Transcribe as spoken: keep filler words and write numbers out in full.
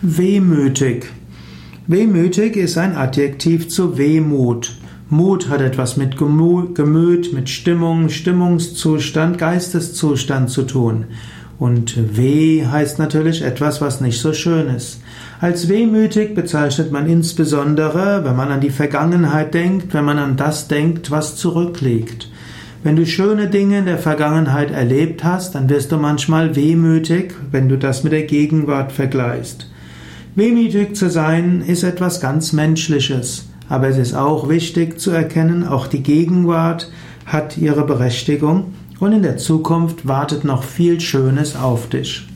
Wehmütig. Wehmütig ist ein Adjektiv zu Wehmut. Mut hat etwas mit Gemüt, mit Stimmung, Stimmungszustand, Geisteszustand zu tun. Und weh heißt natürlich etwas, was nicht so schön ist. Als wehmütig bezeichnet man insbesondere, wenn man an die Vergangenheit denkt, wenn man an das denkt, was zurückliegt. Wenn du schöne Dinge in der Vergangenheit erlebt hast, dann wirst du manchmal wehmütig, wenn du das mit der Gegenwart vergleichst. Wehmütig zu sein ist etwas ganz Menschliches, aber es ist auch wichtig zu erkennen, auch die Gegenwart hat ihre Berechtigung und in der Zukunft wartet noch viel Schönes auf dich.